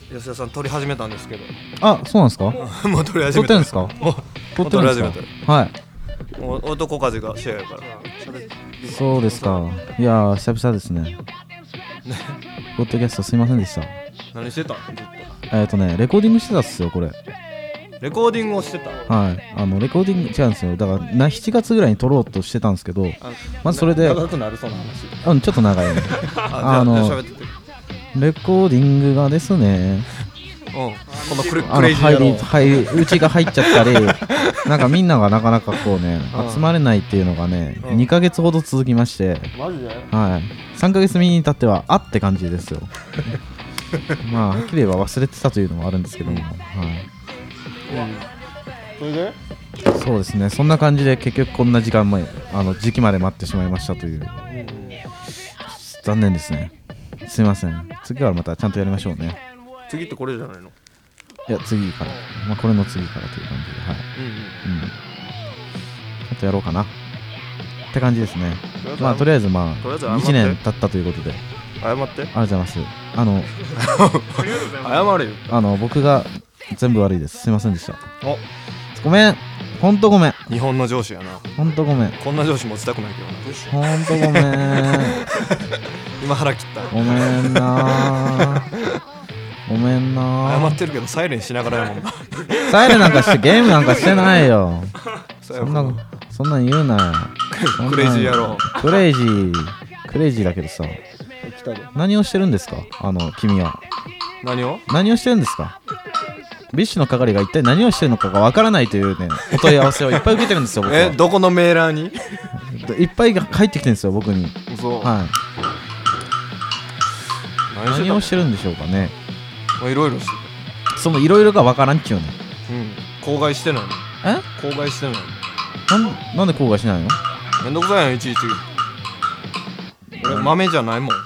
吉田さん撮り始めたんですけど。 あ、そうなんですか。 もう撮り始めた。 撮ってるんですか。撮ってるんですか。はい。 もう男風がシェアやから。 そうですか。いやー、久々ですね。ポッドキャストすいませんでした。 何してた？ずっと。レコーディングしてたっすよ、これ。 レコーディングをしてた。 はい。レコーディング違うんですよ。だから7月ぐらいに撮ろうとしてたんですけど、まずそれで長くなるその話。 ちょっと長いね。 喋ってて。 レコーディングがですね。 このクレイジー野郎うちが入っちゃったりなんかみんながなかなかこうね集まれないっていうのがね2ヶ月ほど続きまして、 マジで？ はい、3ヶ月目に至ってはって感じですよまあはっきり言えば忘れてたというのもあるんですけども、はい、 それで？ そうですね、そんな感じで結局こんな時間前時期まで待ってしまいましたという、残念ですね。すいません、次はまたちゃんとやりましょうね。 次ってこれじゃないの？ いや、次から、これの次からという感じで、はい。ちょっとやろうかなって感じですね。とりあえず1年経ったということで謝って。ありがとうございます。 謝れよ。 僕が全部悪いです。すいませんでした。ごめん、ほんとごめん。 日本の上司やな。 ほんとごめん。 こんな上司持ちたくないけどな。 ほんとごめん今腹切った。 ごめんなごめんな。 謝ってるけどサイレンしながらやもんな。 サイレンなんかしてゲームなんかしてないよ。そんなん言うなよ。 クレイジー野郎。 クレイジーだけどさ。何をしてるんですか君は。何をしてるんですか。ビッシュの係が一体何をしてるのかがわからないというねお問い合わせをいっぱい受けてるんですよ僕は。 どこのメーラーにいっぱいが返ってきてるんですよ僕に。はい。何をしてるんでしょうかね。 いろいろしてる。そのいろいろがわからんっちゅうね。 口外してないの？口外してないの？なんで口外しないの？ めんどくさいやんいちいち。俺豆じゃないもん。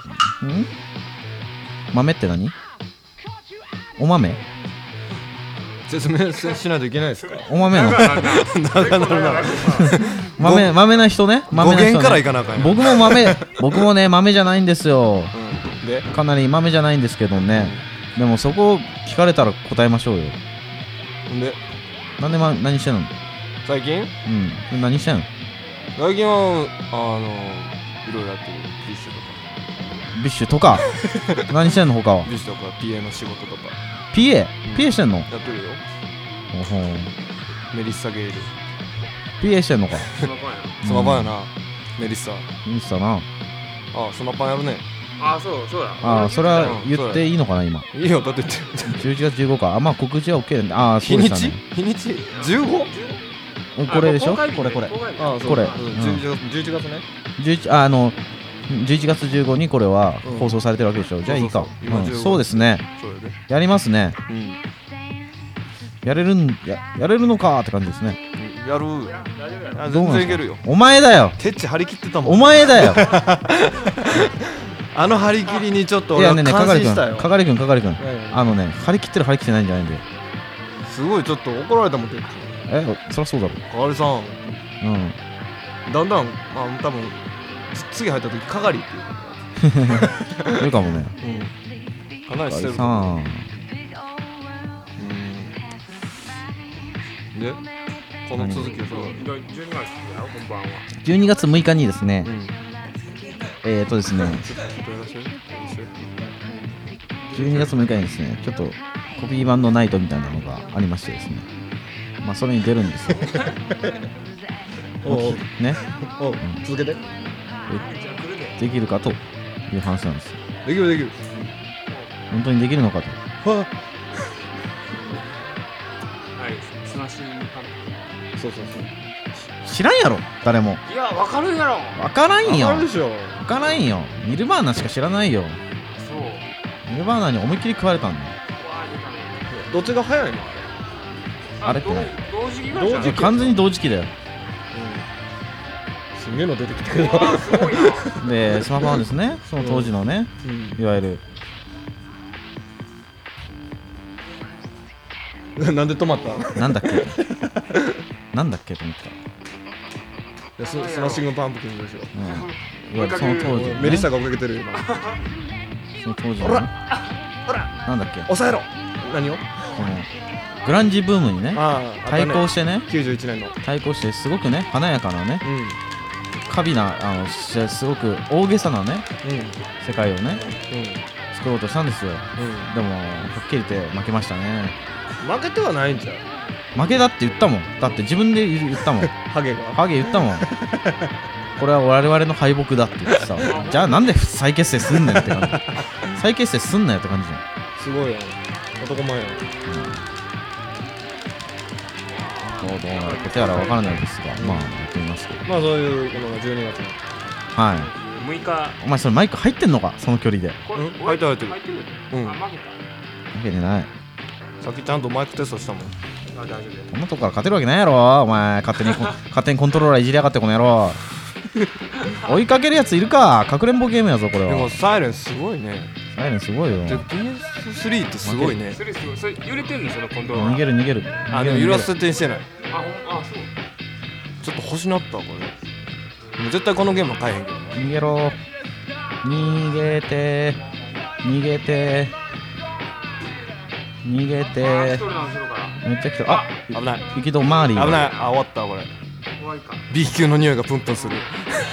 豆って何？お豆？ 説明しないといけないですか？ お豆の豆な人ね。 語源からいかなあかんやん。 僕もね豆じゃないんですよ。 でかなり豆じゃないんですけどね。でもそこを聞かれたら答えましょうよ。 でなんで何してんの最近？ 何してんの最近はいろいろやってる。 ビッシュとか何してんの他は？ ビッシュとか PA の仕事とか。 PA してんの？ やってるよ。メリッサゲイル PA してんのか。 スマパンやな。メリッサな。 スマパンやるね。 そうだ。それは言っていいのかな今。 いいよ、だって 11月15か。告知は OK なんで。 そうでしたね。日にち 15？ これでしょ。これ 11月ね。 11月15にこれは放送されてるわけでしょ。じゃあいいか。そうですね。やりますね。やれるのかって感じですね。 やる。全然いけるよ。 お前だよ。 テッチ張り切ってたもん。 お前だよ。 張り切りにちょっと俺は感心したよ。 係君張り切ってる張り切ってないんじゃないんだよ。 すごいちょっと怒られたもんテッチ。 そりゃそうだろ。 係さん。だんだん多分次入った時係って言う。言うかもね。 かなりしてる。でこの続きを 12月6日にですね。ですね。12月6日にですね、ちょっとコピー版のナイトみたいなのがありましてですね。それに出るんですよ。ね。 続けて。 できるかという話なんですよ。 できる。 本当にできるのかと。 そう。 知らんやろ誰も。 いや分かるやろ。 分からんよ。 分かるでしょ。 分からんよ。ニルバーナしか知らないよ。ニルバーナに思いっきり食われたんだよ。 どっちが早いのあれってね。完全に同時期だよ。 すげえの出てきたけど。 でスマホはですね、その当時のね、いわゆるなんで止まった？ なんだっけと思った。 スマッシングパンプキンでしょ。 いわゆるその当時、 メリッサが追いかけてる今。 その当時のね。 ほらなんだっけ、 抑えろ何をこのグランジブームにね対抗してね、 91年の対抗してすごくね華やかなね、 うん華美なすごく大げさなね世界をね作ろうとしたんですよ。でもはっきり言って負けましたね。 負けてはないんじゃん。 負けだって言ったもん。だって自分で言ったもん。 ハゲがハゲ言ったもん。これは我々の敗北だって言ってさ、じゃあなんで再結成すんねんって感じ。再結成すんなよって感じじゃん。 すごいよ男前よ。 どうなることやらわからないですが、まあやってみますけど。 まあそういうこの12月のはい。 6日。 お前それマイク入ってんのか、その距離で。 入ってる。うん。 負けてない。 さっきちゃんとマイクテストしたもん。 こんなとこから勝てるわけないやろお前。勝手にコントローラーいじりやがってこの野郎。追いかけるやついるか。かくれんぼゲームやぞこれは。 でもサイレンすごいね。 サイレンすごいよ。 PS3 ってすごいね。 それ揺れてんのそのコントローラー。 逃げる。 でも揺らす設定にしてない。 あ、そう。 ちょっと欲しなったこれ。でも絶対このゲームは買えへんけどね。 逃げろ。逃げて。めっちゃ来てる。あ、 危ない。 行き止まり。 危ない。あ、終わったこれ。 怖いか。 B 級の匂いがプンプンする。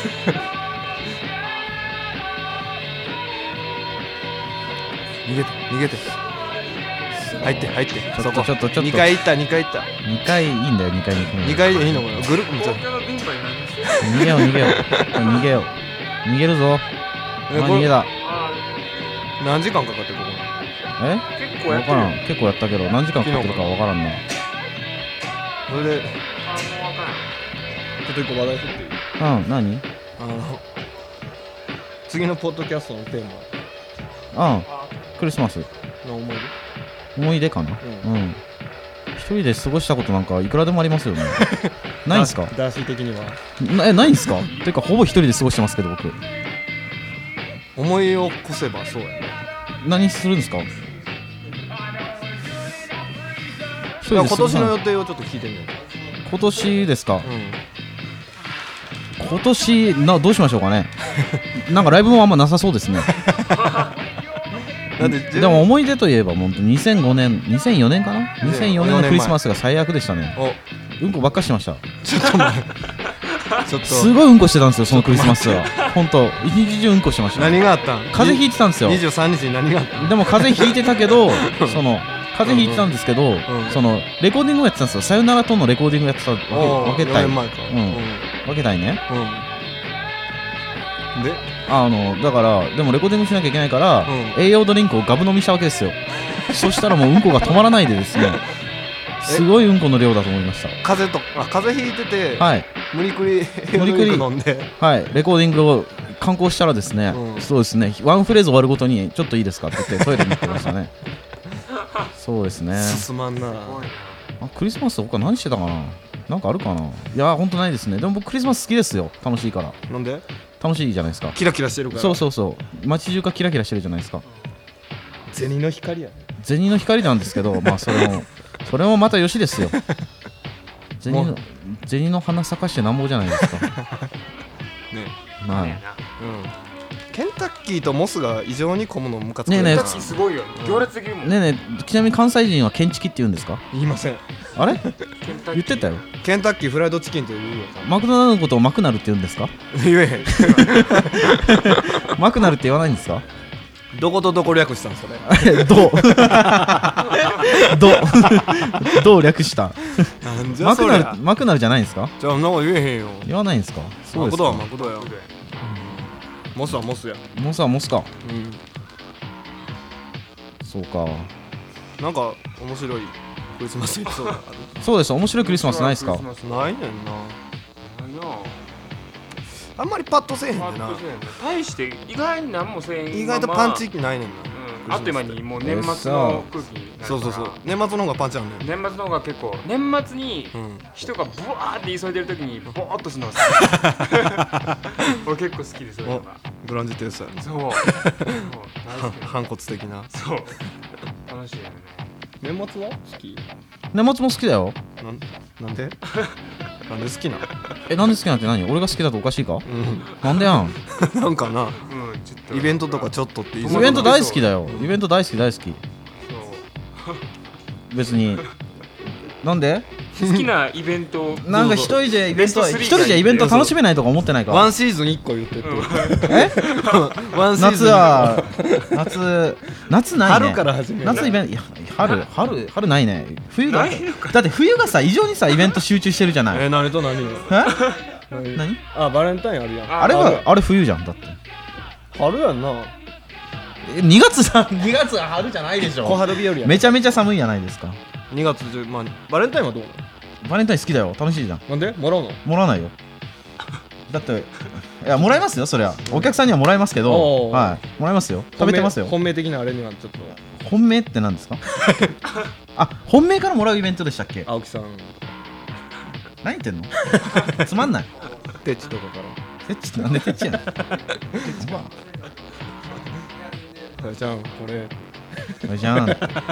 逃げて。入って。そこ。 ちょっと。 2回行った。 2回いいんだよ、2回に。 2回でいいのかな。ぐるっちょっと。 逃げよう。逃げるぞ。逃げだ。 何時間かかってここ。 結構やってる。 結構やったけど何時間かかってるかわからんな。 それでちょっと一個話題振っていい？ 何？ 次のポッドキャストのテーマ。 クリスマスの思い出かな。一人で過ごしたことなんかいくらでもありますよね。ないんすか？ ダーシー的にはないんすか？ていうかほぼ一人で過ごしてますけど僕。 思い起こせばそうやね。 何するんですか？ 今年の予定をちょっと聞いてみようか。 今年ですか？今年どうしましょうかね。なんかライブもあんまなさそうですね。でも思い出といえば本当2004年かな。2004年のクリスマスが最悪でしたね。うんこばっかしてました。 ちょっと待って。 すごいうんこしてたんですよそのクリスマスは。本当一日中うんこしてました。 何があったん？ 風邪ひいてたんですよ。 23日に何があったん？ でも風邪ひいてたけど風邪ひいてたんですけど、レコーディングをやってたんですよ。さよならとのレコーディングやってたわけたい。わけたいね。 でだからでもレコーディングしなきゃいけないから、栄養ドリンクをガブ飲みしたわけですよ。そしたらもううんこが止まらないでですね、すごいうんこの量だと思いました。 風邪ひいてて、無理くり飲んで、 レコーディングを観光したらですね、そうですね、ワンフレーズ終わるごとにちょっといいですかって言ってトイレに行ってましたね。そうですね。 進まんな。 クリスマス他何してたかな。なんかあるかな。いやほんとないですね。でも僕クリスマス好きですよ。楽しいから。 なんで？ 楽しいじゃないですか。 キラキラしてるから。 そう街中がキラキラしてるじゃないですか。 銭の光やね。 銭の光なんですけど、まあそれもまたよしですよ。銭の花咲かしてなんぼじゃないですか。ね。はい。 ケンタッキーとモスが異常に混むのムカつく。 ねえケンタッキーすごいよ。行列的にも。 ねえちなみに関西人はケンチキって言うんですか？ 言いません。 あれ？言ってたよ。 ケンタッキーフライドチキンって言うよ。 マクドナルドのことをマクナルって言うんですか？ 言えへん。 マクナルって言わないんですか？ どことどこ略したんそれ？ どう略した？ なんじゃそりゃ。 マクナルじゃないんですか？ じゃあなんか言えへんよ。 言わないんですか？ マクドはマクドや。モスはモスや。 モスはモスか。そうか。 なんか面白いクリスマスエピソードある？ そうです。面白いクリスマスないですか？ ないねんな。あんまりパッとせえへんねんな。 対して意外に何もせえへん。 意外とパンチないねんな。 あっという間にもう年末の空気になるから。 そう年末の方がパンチあるねん。 年末の方が結構年末に人がブワーって急いでる時にボーっとするのが俺結構好きですよ。 グランジテイストやね。 そう反骨的な。 そう楽しいよね。 年末は好き？ 年末も好きだよ。 なんで？ なんで好きななんで好きなんて何？俺が好きだとおかしいか？なんでやん。 なんかな、 ちょっとイベントとかちょっとって言いイそうベント大好きだよ。イベント大好き大好き。 そう別に。なんで？ 好きなイベントなんか一人でイベントベスト3 一人じゃイベント楽しめないとか思ってないか？ ワンシーズン1個言ってって、ワンシーズン夏は夏ないね。 春から始める夏イベントいや春ないね。冬だって冬がさ異常にさイベント集中してるじゃない。 何と何よ何？ あ、バレンタインあるやん。 あれ冬じゃんだって。 春やんな。 2月は春じゃないでしょ。 小春日和やん。 めちゃめちゃ寒いじゃないですか。 2月10、まあバレンタインはどうなの？ バレンタイン好きだよ。楽しいじゃん。 なんでもらうの？ もらわないよ。だっていやもらいますよそりゃ。お客さんにはもらいますけど、はいもらいますよ。食べてますよ。 本命的なあれにはちょっと。 本命って何ですか？あ、本命からもらうイベントでしたっけ？ 青木さん。 何言ってんの？つまんない。 テッチとかから。 テッチってなんでテッチやねん。 じゃんこれ。 じゃん。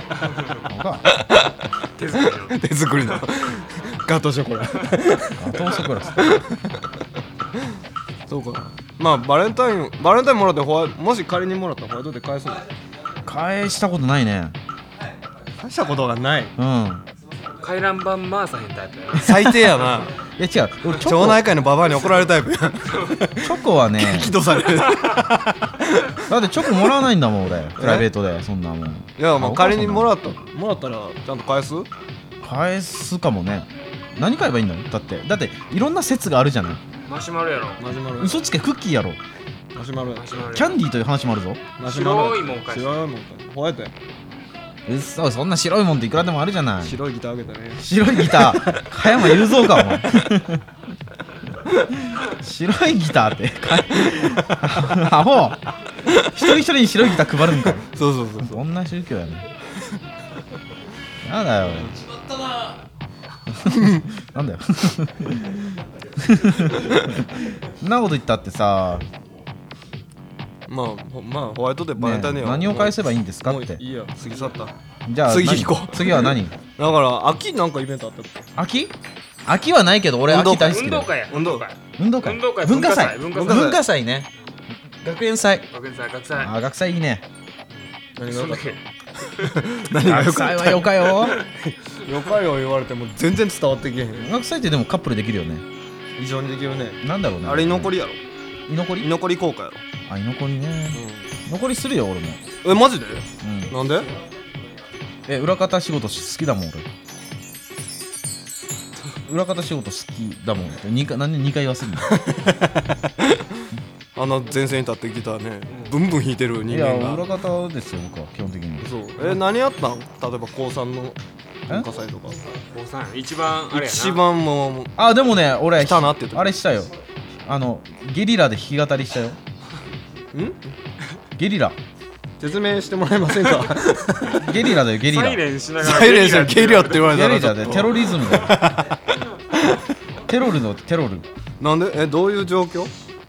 手作りの手作りのガトーショコラ。 ガトーショコラ。 そうか。まあバレンタインもらってもし仮にもらったらホワイトで返すの？ 返したことないね。 返したことがない。 うん。 回覧板回さへんタイプやな。 最低やな。 いや違う。俺町内会のババアに怒られるタイプや。 チョコはね。 激怒される。 だってチョコもらわないんだもん俺。プライベートでそんなもん。いやまあ仮にもらったらちゃんと返す？ 返すかもね。何買えばいいんだろう。だっていろんな説があるじゃない。 マシュマロやろ。 マシュマロ。 嘘つけクッキーやろ。 マシュマロ。 キャンディーという話もあるぞ。 白いもん返す。 白いもん返す。ホワイトや。 嘘、そんな白いもんっていくらでもあるじゃない。 白いギターあげたね。 白いギター加山雄三かお前。白いギターってアホ。一人一人に白いギター配るんか。 そうどんな宗教やねん。やだよ。なんだよ。そんなこと言ったってさ。 まあホワイトでバレンタインには何を返せばいいんですかって。 いいや過ぎ去った。 じゃあ次行こう。 次は何？ だから秋なんかイベントあったっけ？ 秋はないけど俺秋大好きだよ。 運動会文化祭ね。学園祭。あ、学祭いいね。 何がよかった？ 学祭はよかよ。 よかよ言われても全然伝わってけへん。 学祭ってでもカップルできるよね。 異常にできるね。 なんだろうね。 あれ居残りやろ。 居残り効果やろ。 あ、居残りね。居残りするよ俺も。 マジで？なんで？ 裏方仕事好きだもん俺。裏方仕事好きだもん。なんで2回言わせるの？ 前線に立ってギターね、ブンブン弾いてる人間が。 いや、裏方ですよ僕は基本的に。 そう。何やったん？例えば高3の文化祭とか。 高3一番あれやな。 一番もう。 あ、でもね俺来たなって言って。 あれしたよ。ゲリラで弾き語りしたよ。ゲリラ説明してもらえませんか？ ゲリラだよゲリラ。 サイレンしながらサイレンしてゲリラって言われたらゲリラでテロリズムだよ。テロル。 なんで？どういう状況？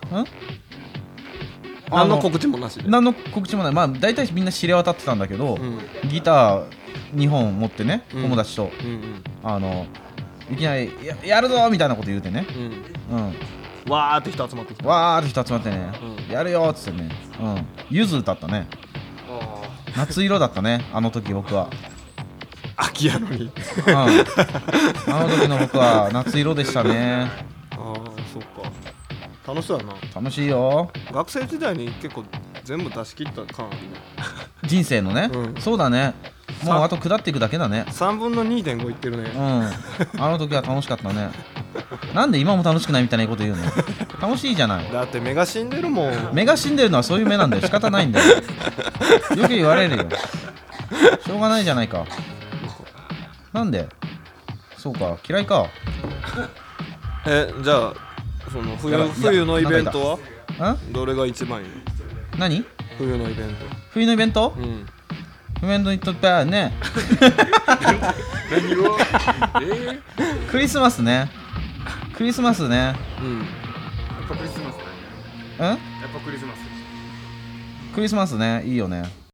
何の告知もなしで。 何の告知もない。まあ大体みんな知れ渡ってたんだけど、ギター2本持ってね、友達といきなりやるぞみたいなこと言うてね。 わーって人集まってきた。 ね、やるよっつってね。ゆず歌ったね。夏色だったねあの時僕は。 秋やのに。 あの時の僕は夏色でしたね。 ああ、そっか。楽しそうやな。 楽しいよ。 学生時代に結構全部出し切った感あるね。 人生のね、そうだね。もうあと下っていくだけだね。 3分の 2.5 いってるね。 あの時は楽しかったね。なんで今も楽しくないみたいなこと言うの？楽しいじゃない。 だって目が死んでるもん。 目が死んでるのはそういう目なんだよ。仕方ないんだよ。よく言われるよ。しょうがないじゃないか。なんで？そうか、嫌いか。 じゃあその冬のイベントはどれが一番いいの？ 何？ 冬のイベント。 冬のイベント？イベントにとってはね。 何を？ クリスマスね。 やっぱクリスマスね。 クリスマスね、いいよね。